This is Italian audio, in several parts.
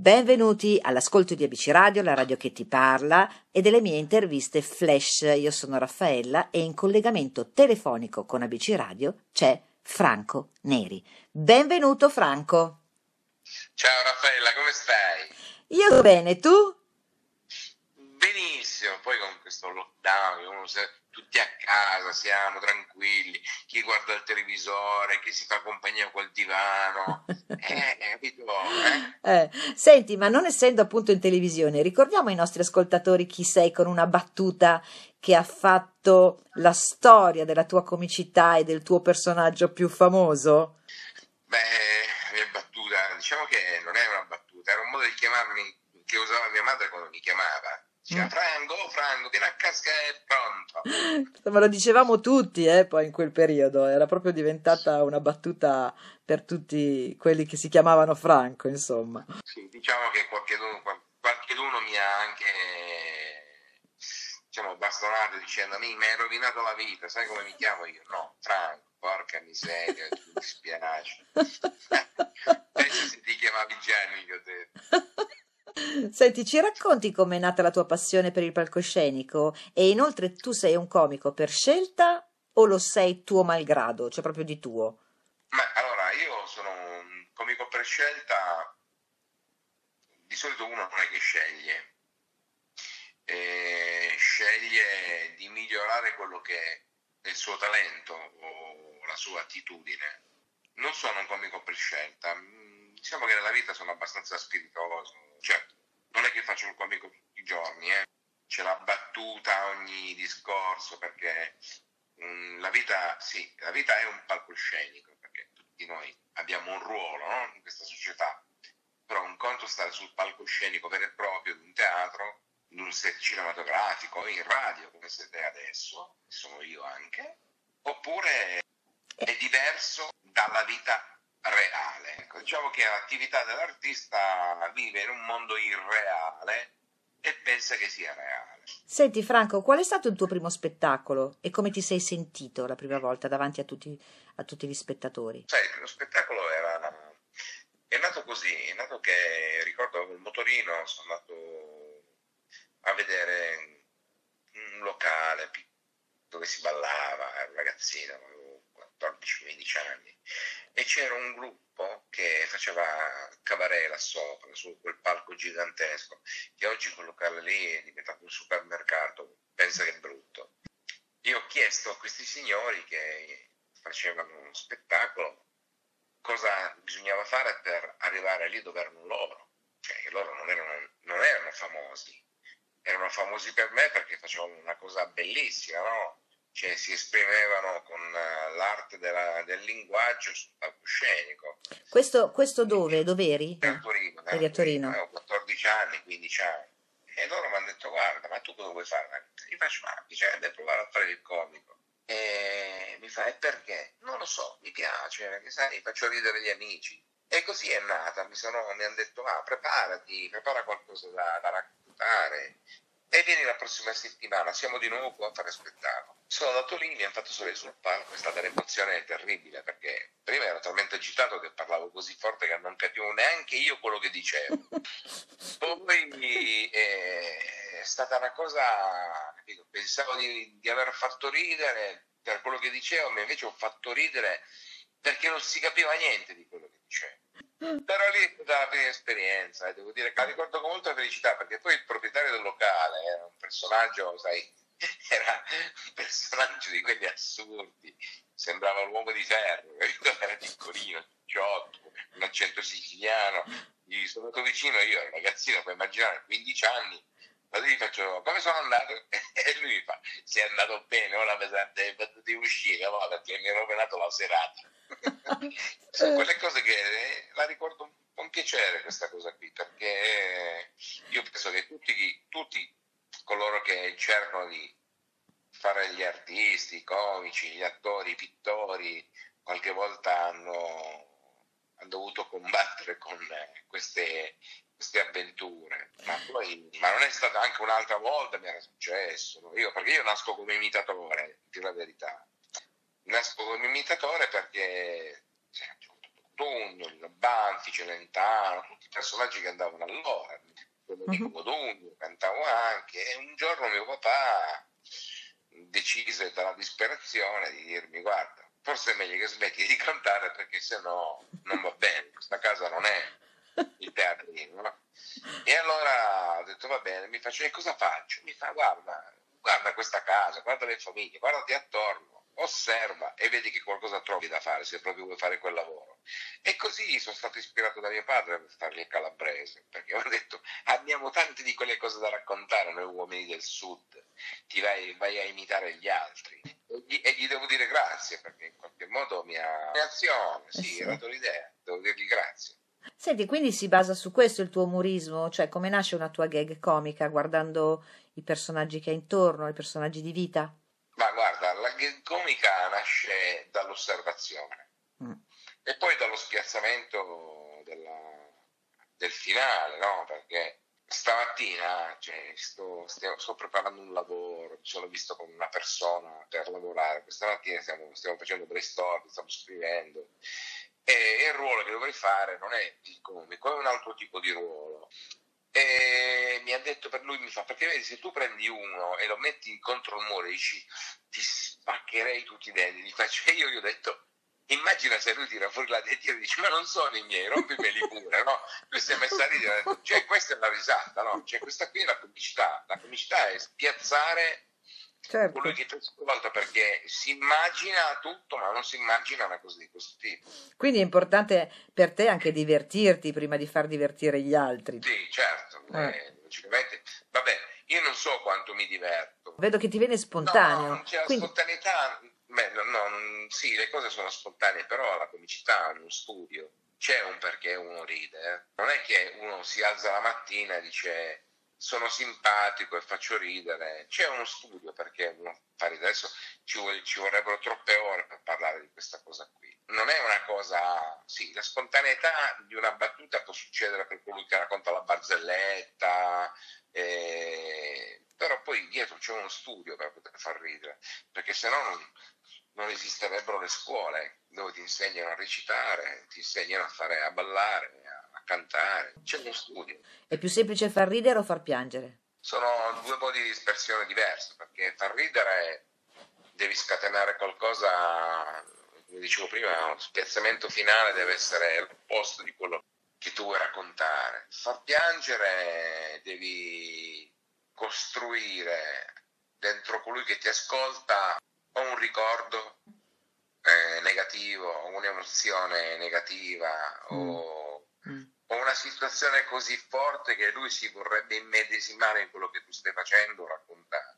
Benvenuti all'ascolto di ABC Radio, la radio che ti parla, e delle mie interviste flash. Io sono Raffaella e in collegamento telefonico con ABC Radio c'è Franco Neri. Benvenuto Franco. Ciao Raffaella, come stai? Io bene, tu? Benissimo, poi con questo lockdown, tutti a casa, siamo tranquilli, chi guarda il televisore, chi si fa compagnia col divano, capito? Senti, ma non essendo appunto in televisione, ricordiamo ai nostri ascoltatori chi sei con una battuta che ha fatto la storia della tua comicità e del tuo personaggio più famoso? Beh, la mia battuta, diciamo che non è una battuta, era un modo di chiamarmi che usava mia madre quando mi chiamava. Diceva, Franco, vieni a casa che è pronto. Ma lo dicevamo tutti, poi in quel periodo, era proprio diventata una battuta per tutti quelli che si chiamavano Franco, insomma. Sì, diciamo che qualcheduno mi ha anche, diciamo, bastonato dicendo, mi hai rovinato la vita, sai come mi chiamo io? No, Franco, porca miseria, mi dispiace. Penso se ti chiamavi Gianni, gli ho detto. Senti, ci racconti com'è nata la tua passione per il palcoscenico? E inoltre tu sei un comico per scelta o lo sei tuo malgrado, cioè proprio di tuo? Ma allora, io sono un comico per scelta, di solito uno non è che sceglie, sceglie di migliorare quello che è il suo talento o la sua attitudine. Non sono un comico per scelta, diciamo che nella vita sono abbastanza spiritoso, certo, non è che faccio il comico tutti i giorni, c'è la battuta a ogni discorso, perché la vita è un palcoscenico, perché tutti noi abbiamo un ruolo, no? In questa società, però un conto stare sul palcoscenico vero e proprio di un teatro, in un set cinematografico, in radio come siete adesso, sono io anche, oppure è diverso dalla vita reale. Ecco, diciamo che l'attività dell'artista vive in un mondo irreale e pensa che sia reale. Senti Franco, qual è stato il tuo primo spettacolo e come ti sei sentito la prima volta davanti a tutti gli spettatori? Sai, il primo spettacolo è nato così, è nato che ricordo il motorino, sono andato a vedere un locale dove si ballava, ero ragazzino, avevo 14-15 anni, e c'era un gruppo che faceva cabaret là sopra, su quel palco gigantesco, che oggi quel locale lì è diventato un supermercato, pensa che brutto. Io ho chiesto a questi signori che facevano uno spettacolo cosa bisognava fare per arrivare lì dove erano loro, cioè che loro non erano famosi, erano famosi per me perché facevano una cosa bellissima, no? Cioè si esprimevano con l'arte del linguaggio sul palcoscenico. Questo dove? Dov'eri? A Torino, Eri a Torino. avevo 14 anni, 15 anni. E loro mi hanno detto, guarda, ma tu cosa vuoi fare? Gli faccio, ma bisognerebbe provare a fare il comico. E mi fa, e perché? Non lo so, mi piace, perché sai, faccio ridere gli amici. E così è nata, mi hanno detto, prepara qualcosa da raccontare. E vieni la prossima settimana, siamo di nuovo qua a fare spettacolo. Sono andato lì, mi hanno fatto salire sul palco, è stata un'emozione terribile, perché prima ero talmente agitato che parlavo così forte che non capivo neanche io quello che dicevo. Poi è stata una cosa, capito? Pensavo di aver fatto ridere per quello che dicevo, ma invece ho fatto ridere perché non si capiva niente di quello che dicevo. Però lì è stata la prima esperienza e devo dire che la ricordo con molta felicità, perché poi il proprietario del locale era un personaggio, sai, era un personaggio di quelli assurdi, sembrava l'uomo di ferro, era piccolino, cicciotto, un accento siciliano. Gli sono andato vicino, io ero ragazzino, puoi immaginare, 15 anni, ma gli faccio, come sono andato? E lui mi fa, sei andato bene, ora pesante, di uscire, no? Perché mi ha rovinato la serata. Sono quelle cose che la ricordo con piacere, questa cosa qui, perché io penso che tutti coloro che cercano di fare gli artisti, i comici, gli attori, i pittori, qualche volta hanno dovuto combattere con queste avventure, ma non è stata anche un'altra volta, mi era successo, no? Perché io nasco come imitatore, per la verità, nasco come imitatore perché Cotugno, Lino Banfi, Celentano, tutti i personaggi che andavano allora, Domenico Cotugno, cantavo anche, e un giorno mio papà decise dalla disperazione di dirmi: guarda, forse è meglio che smetti di cantare perché sennò non va bene, questa casa non è il teatrino, no? E allora ho detto va bene, mi faccio, e cosa faccio? Mi fa: guarda questa casa, guarda le famiglie, guardati attorno, osserva e vedi che qualcosa trovi da fare se proprio vuoi fare quel lavoro. E così sono stato ispirato da mio padre per fargli il calabrese, perché ho detto abbiamo tante di quelle cose da raccontare noi uomini del sud, vai a imitare gli altri. E gli devo dire grazie, perché in qualche modo mi ha reazione, sì, era dato l'idea, devo dirgli grazie. Senti, quindi si basa su questo il tuo umorismo, cioè come nasce una tua gag comica guardando i personaggi che hai intorno, i personaggi di vita? Ma guarda, la gag comica nasce dall'osservazione e poi dallo spiazzamento del finale, no? Perché stamattina sto preparando un lavoro, mi sono visto con una persona per lavorare, questa mattina stiamo facendo brainstorming, stiamo scrivendo, e il ruolo che dovrei fare non è il comico, è un altro tipo di ruolo. E mi ha detto, per lui mi fa, perché vedi, se tu prendi uno e lo metti contro il muro e dici ti spaccherei tutti i denti, gli ho detto, immagina se lui tira fuori la denti e dice ma non sono i miei, rompimeli pure, no? Lui si è messo a ridere, ha detto, cioè questa è la risata, no? Cioè questa qui è la comicità è spiazzare colui che ti ascolta, perché si immagina tutto ma non si immagina una cosa di questo tipo. Quindi è importante per te anche divertirti prima di far divertire gli altri. Sì, certo, logicamente, vabbè, io non so quanto mi diverto. Vedo che ti viene No, spontaneo. non c'è la Quindi spontaneità, beh, sì, le cose sono spontanee, però la comicità in uno studio c'è un perché uno ride. Non è che uno si alza la mattina e dice sono simpatico e faccio ridere, c'è uno studio perché uno fa ridere. Adesso ci vorrebbero troppe ore per parlare di questa cosa qui. Non è una cosa, sì, la spontaneità di una battuta può succedere per colui che racconta la barzelletta, però poi dietro c'è uno studio per poter far ridere, perché sennò non esisterebbero le scuole dove ti insegnano a recitare, ti insegnano a ballare, a cantare, c'è uno studio. è più semplice far ridere o far piangere? Sono due modi di espressione diversi, perché far ridere devi scatenare qualcosa, come dicevo prima, lo spiazzamento finale deve essere l'opposto di quello che tu vuoi raccontare. Far piangere devi costruire dentro colui che ti ascolta o un ricordo negativo, o un'emozione negativa, o una situazione così forte che lui si vorrebbe immedesimare in quello che tu stai facendo o raccontando.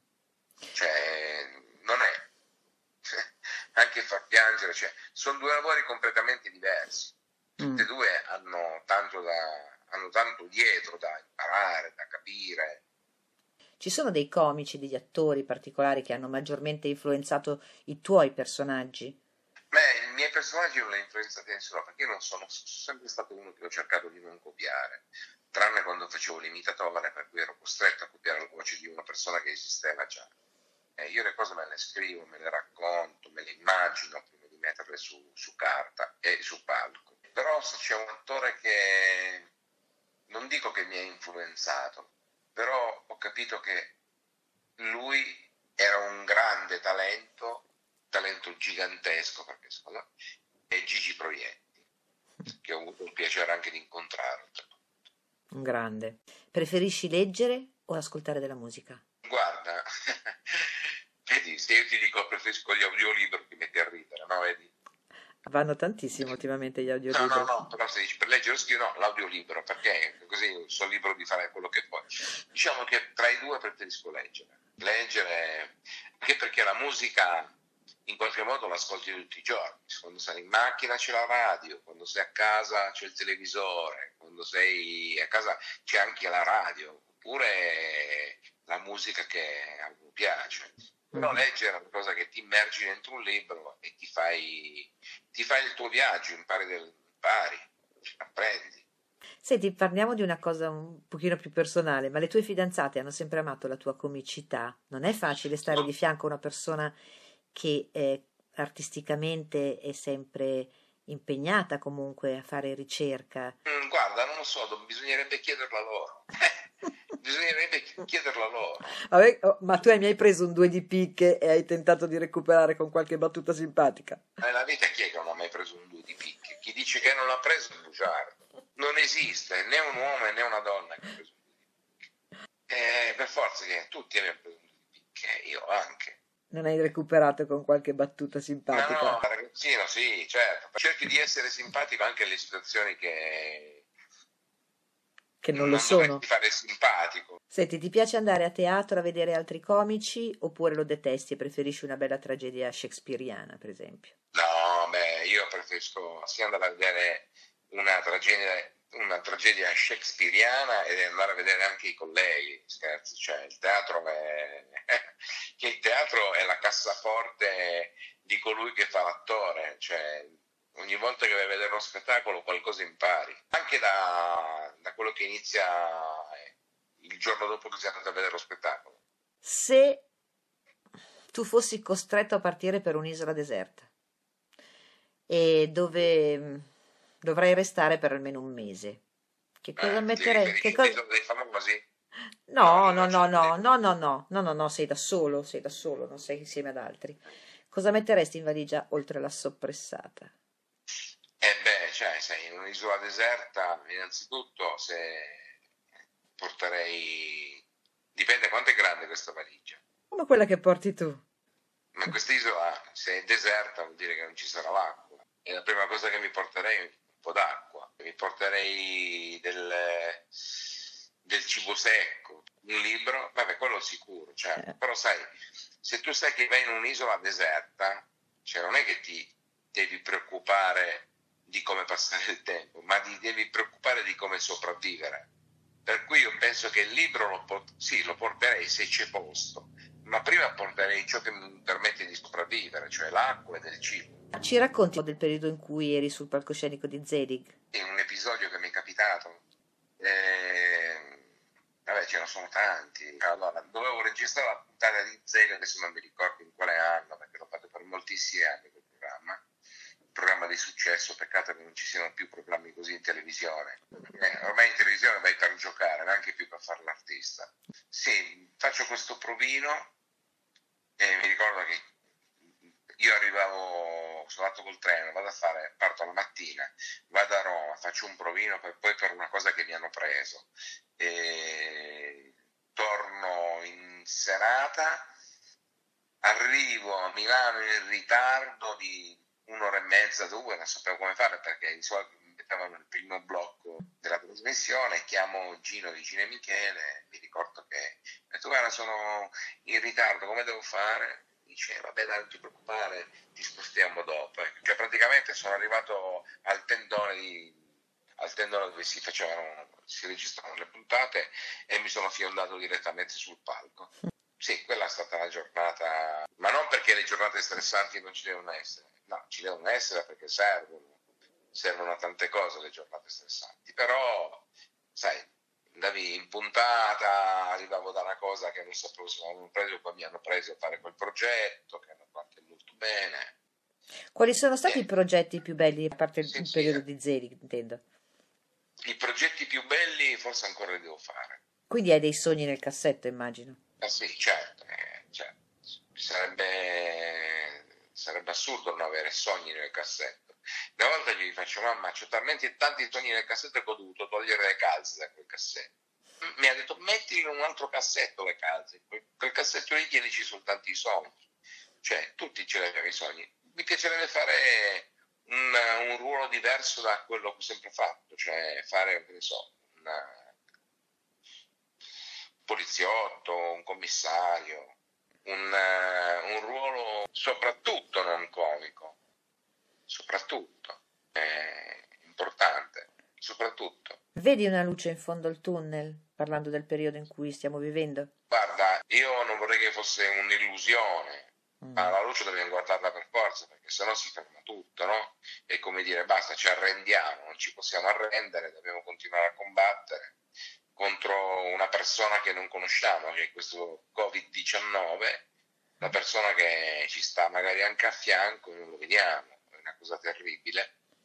Cioè, non è anche far piangere, cioè, sono due lavori completamente diversi. Tutti e due hanno tanto dietro da imparare, da capire. Ci sono dei comici, degli attori particolari che hanno maggiormente influenzato i tuoi personaggi? Beh, i miei personaggi non li ho influenzati nessuno, perché io non sono sempre stato uno che ho cercato di non copiare, tranne quando facevo l'imitatore, per cui ero costretto a copiare la voce di una persona che esisteva già. Io le cose me le scrivo, me le racconto, me le immagino prima di metterle su carta e su palco. Però se c'è un attore che non dico che mi ha influenzato, però ho capito che lui era un grande talento gigantesco, perché secondo me è Gigi Proietti, che ho avuto il piacere anche di incontrare. Un grande. Preferisci leggere o ascoltare della musica? Guarda, vedi, se io ti dico preferisco gli audiolibri che metti a ridere, no? Vedi? Vanno tantissimo ultimamente gli audiolibri. No, però se dici per leggere scrivo, no, l'audiolibro, perché così sono libero di fare quello che vuoi. Diciamo che tra i due preferisco leggere. Leggere, anche perché la musica in qualche modo l'ascolti tutti i giorni. Quando sei in macchina c'è la radio, quando sei a casa c'è il televisore, quando sei a casa c'è anche la radio, oppure la musica che a me piace. Però leggere è una cosa che ti immergi dentro un libro e ti fai il tuo viaggio, impari, apprendi. Senti, parliamo di una cosa un pochino più personale, ma le tue fidanzate hanno sempre amato la tua comicità. Non è facile stare di fianco a una persona che artisticamente è sempre impegnata comunque a fare ricerca. Guarda, non lo so, bisognerebbe chiederla loro. Bisognerebbe chiederla loro. Vabbè, ma tu hai mai preso un 2 di picche e hai tentato di recuperare con qualche battuta simpatica? Nella vita chi è che non ha mai preso un 2 di picche? Chi dice che non l'ha preso è bugiardo. Non esiste né un uomo né una donna che ha preso un 2 di picche. Per forza che tutti abbiamo preso un 2 di picche, io anche. Non hai recuperato con qualche battuta simpatica? No, ragazzino, sì, certo. Cerchi di essere simpatico anche nelle situazioni che non lo non sono. dovresti fare simpatico. Senti, ti piace andare a teatro a vedere altri comici oppure lo detesti e preferisci una bella tragedia shakespeariana, per esempio? No, beh, io preferisco sia andare a vedere una tragedia shakespeariana ed andare a vedere anche i colleghi, scherzi, cioè il teatro è che il teatro è la cassaforte di colui che fa l'attore, cioè ogni volta che vai a vedere uno spettacolo qualcosa impari, anche da quello che inizia il giorno dopo che sei andato a vedere lo spettacolo. Se tu fossi costretto a partire per un'isola deserta e dove dovrai restare per almeno un mese, che cosa metterei? Che cosa... Dei famosi? No, sei da solo, non sei insieme ad altri. Cosa metteresti in valigia oltre la soppressata? Cioè, sei in un'isola deserta, innanzitutto se porterei... Dipende quanto è grande questa valigia. Come quella che porti tu. Ma questa isola, se è deserta, vuol dire che non ci sarà l'acqua. E la prima cosa che mi porterei è un po' d'acqua. Mi porterei del cibo secco, un libro, vabbè, quello sicuro, certo. Però sai, se tu sai che vai in un'isola deserta, cioè non è che ti devi preoccupare di come passare il tempo, ma ti devi preoccupare di come sopravvivere. Per cui io penso che il libro lo porterei se c'è posto, ma prima porterei ciò che mi permette di sopravvivere, cioè l'acqua e del cibo. Ci racconti del periodo in cui eri sul palcoscenico di Zelig? In un episodio che mi è capitato, vabbè, ce ne sono tanti. Allora, dovevo registrare la puntata di Zelig, adesso non mi ricordo in quale anno, perché l'ho fatto per moltissimi anni quel programma. Programma di successo, peccato che non ci siano più programmi così in televisione. Ormai in televisione vai per giocare, neanche più per fare l'artista. Sì, faccio questo provino e mi ricordo che io sono andato col treno, parto la mattina, vado a Roma, faccio un provino poi per una cosa che mi hanno preso. E torno in serata, arrivo a Milano in ritardo di 1 ora e mezza, 2, non sapevo come fare perché di solito mi mettevano nel primo blocco della trasmissione, chiamo Gino di Gino e Michele, mi ricordo che ho detto guarda sono in ritardo, come devo fare? Dice vabbè dai non ti preoccupare, ti spostiamo dopo. Cioè praticamente sono arrivato al tendone dove si registravano le puntate e mi sono fiondato direttamente sul palco. Sì, quella è stata una giornata, ma non perché le giornate stressanti non ci devono essere, no, ci devono essere perché servono a tante cose le giornate stressanti, però, sai, andavi in puntata, arrivavo da una cosa che non sapevo se mi avevano preso, poi mi hanno preso a fare quel progetto, che hanno fatto molto bene. Quali sono stati i progetti più belli, a parte il periodo di Zelig, intendo? I progetti più belli forse ancora li devo fare. Quindi hai dei sogni nel cassetto, immagino. Sì, certo. Sarebbe assurdo non avere sogni nel cassetto. Una volta gli faccio, mamma, c'ho talmente tanti sogni nel cassetto che ho dovuto togliere le calze da quel cassetto. Mi ha detto, mettili in un altro cassetto le calze. Quel cassetto lì tienici soltanto i sogni. Cioè, tutti ce l'abbiamo i sogni. Mi piacerebbe fare un ruolo diverso da quello che ho sempre fatto, cioè fare, che ne so, un poliziotto, un commissario, un ruolo soprattutto non comico, soprattutto, è importante, soprattutto. Vedi una luce in fondo al tunnel, parlando del periodo in cui stiamo vivendo? Guarda, io non vorrei che fosse un'illusione, ma la luce dobbiamo guardarla per forza, perché sennò si ferma tutto, no? È come dire, basta, ci arrendiamo, non ci possiamo arrendere, dobbiamo continuare a combattere contro una persona che non conosciamo, che è questo Covid-19, una persona che ci sta magari anche a fianco e non lo vediamo, è una cosa terribile.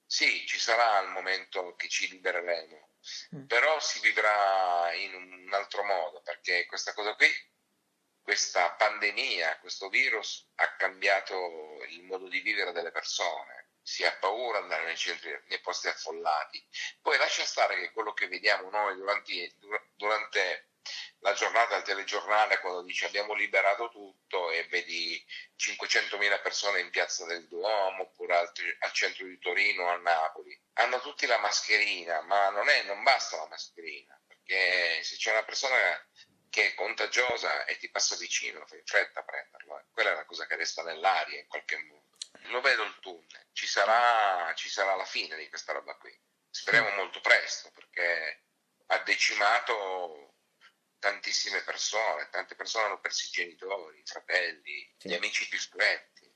Sì, ci sarà il momento che ci libereremo, Mm. però si vivrà in un altro modo, perché questa cosa qui, questa pandemia, questo virus ha cambiato il modo di vivere delle persone. Si ha paura di andare nei centri, nei posti affollati. Poi lascia stare che quello che vediamo noi durante la giornata del telegiornale, quando dice abbiamo liberato tutto e vedi 500.000 persone in piazza del Duomo oppure al centro di Torino, a Napoli, hanno tutti la mascherina, ma non basta la mascherina, perché se c'è una persona che è contagiosa e ti passa vicino, fai fretta a prenderlo. Quella è una cosa che resta nell'aria in qualche modo. Lo vedo il tunnel, ci sarà la fine di questa roba qui. Speriamo molto presto, perché ha decimato tantissime persone, tante persone hanno perso i genitori, i fratelli, Sì. gli amici più stretti.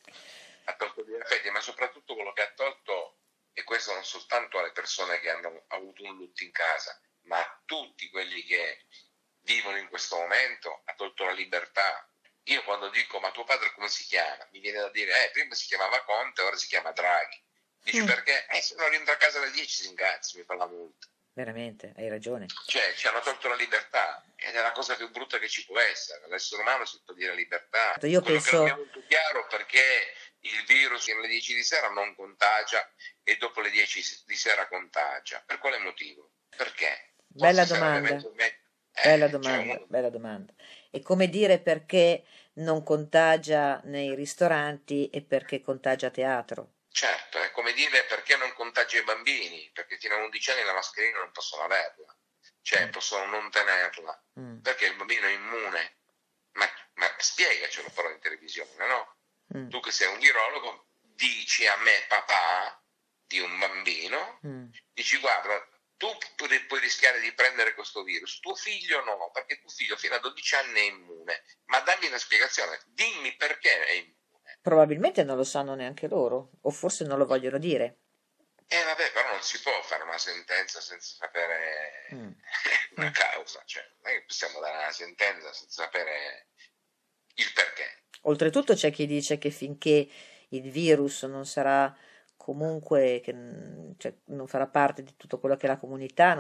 Ha tolto degli affetti, ma soprattutto quello che ha tolto, e questo non soltanto alle persone che hanno avuto un lutto in casa, ma a tutti quelli che vivono in questo momento, ha tolto la libertà. Io quando dico ma tuo padre come si chiama? Mi viene da dire prima si chiamava Conte, ora si chiama Draghi. Dici perché? Se non rientra a casa alle 10 si incazza, mi fa la multa. Veramente, hai ragione. Cioè ci hanno tolto la libertà ed è la cosa più brutta che ci può essere. L'essere umano si può dire libertà. Io Quello che penso... non è molto chiaro, perché il virus alle 10 di sera non contagia e dopo le 10 di sera contagia. Per quale motivo? Perché? Bella Forse sarebbe domanda. meglio... Bella cioè domanda, uno... bella domanda. È come dire perché non contagia nei ristoranti e perché contagia a teatro. Certo, è come dire perché non contagia i bambini, perché fino a 11 anni la mascherina non possono averla, cioè possono non tenerla, Mm. perché il bambino è immune. Ma spiegacelo però in televisione, no? Mm. Tu che sei un virologo dici a me, papà di un bambino, dici guarda, tu puoi rischiare di prendere questo virus, tuo figlio no, perché tuo figlio fino a 12 anni è immune, ma dammi una spiegazione, dimmi perché è immune. Probabilmente non lo sanno neanche loro, o forse non lo vogliono dire. Vabbè, però non si può fare una sentenza senza sapere Mm. una causa, cioè non è che possiamo dare una sentenza senza sapere il perché. Oltretutto c'è chi dice che finché il virus non sarà comunque, cioè, non farà parte di tutto quello che è la comunità,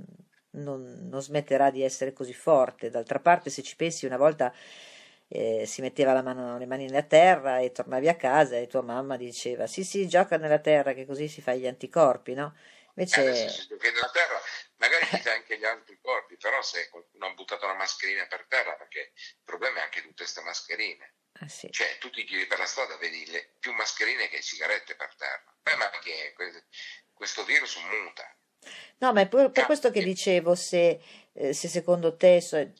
non smetterà di essere così forte. D'altra parte, se ci pensi, una volta si metteva le mani nella terra e tornavi a casa e tua mamma diceva sì, sì, gioca nella terra che così si fa gli anticorpi, no? Adesso si Invece, gioca nella terra, magari ti fai anche gli altri corpi, però se qualcuno ha buttato una mascherina per terra, perché il problema è anche tutte queste mascherine. sì. Cioè, tu ti giri per la strada, vedi più mascherine che sigarette per terra. Ma che questo virus muta. No, ma è per questo che dicevo se secondo te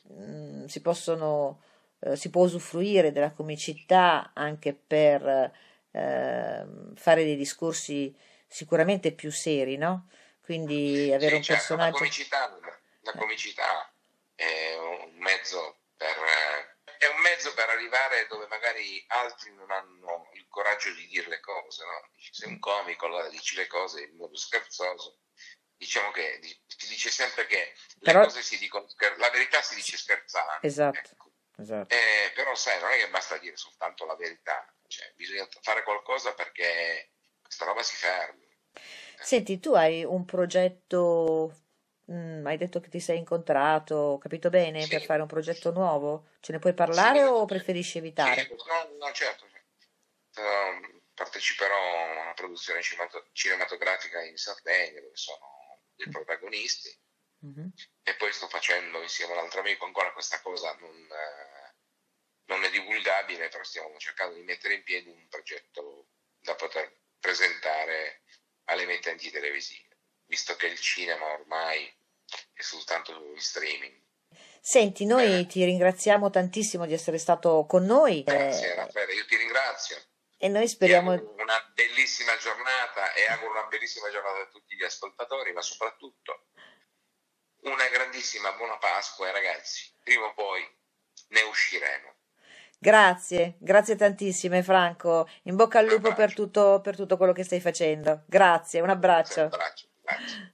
si può usufruire della comicità anche per fare dei discorsi sicuramente più seri, no? Quindi avere Sì, un certo, personaggio... la comicità è un mezzo per arrivare dove magari altri non hanno il coraggio di dire le cose, no? Sei un comico, allora dici le cose in modo scherzoso. Diciamo che si dice sempre che le Però... cose si dicono, la verità si dice scherzando. Esatto, Ecco. esatto. Però sai, non è che basta dire soltanto la verità, cioè, bisogna fare qualcosa perché questa roba si fermi. Senti, tu hai un progetto, hai detto che ti sei incontrato, ho capito bene, per Sì, fare un progetto nuovo? Ce ne puoi sì, parlare o preferisci sì, evitare? no, certo. Parteciperò a una produzione cinematografica in Sardegna dove sono i protagonisti Mhm. e poi sto facendo insieme a un altro amico ancora questa cosa non è divulgabile, però stiamo cercando di mettere in piedi un progetto da poter presentare alle emittenti televisive, visto che il cinema ormai è soltanto in streaming. Senti, noi Bene, ti ringraziamo tantissimo di essere stato con noi grazie Raffaele, io ti ringrazio. e noi Ti speriamo... auguro una bellissima giornata e auguro una bellissima giornata a tutti gli ascoltatori, ma soprattutto una grandissima buona Pasqua, ragazzi. Prima o poi ne usciremo. Grazie, grazie tantissime Franco, in bocca al Un lupo abbraccio, per tutto quello che stai facendo. Grazie, un un abbraccio. abbraccio, grazie.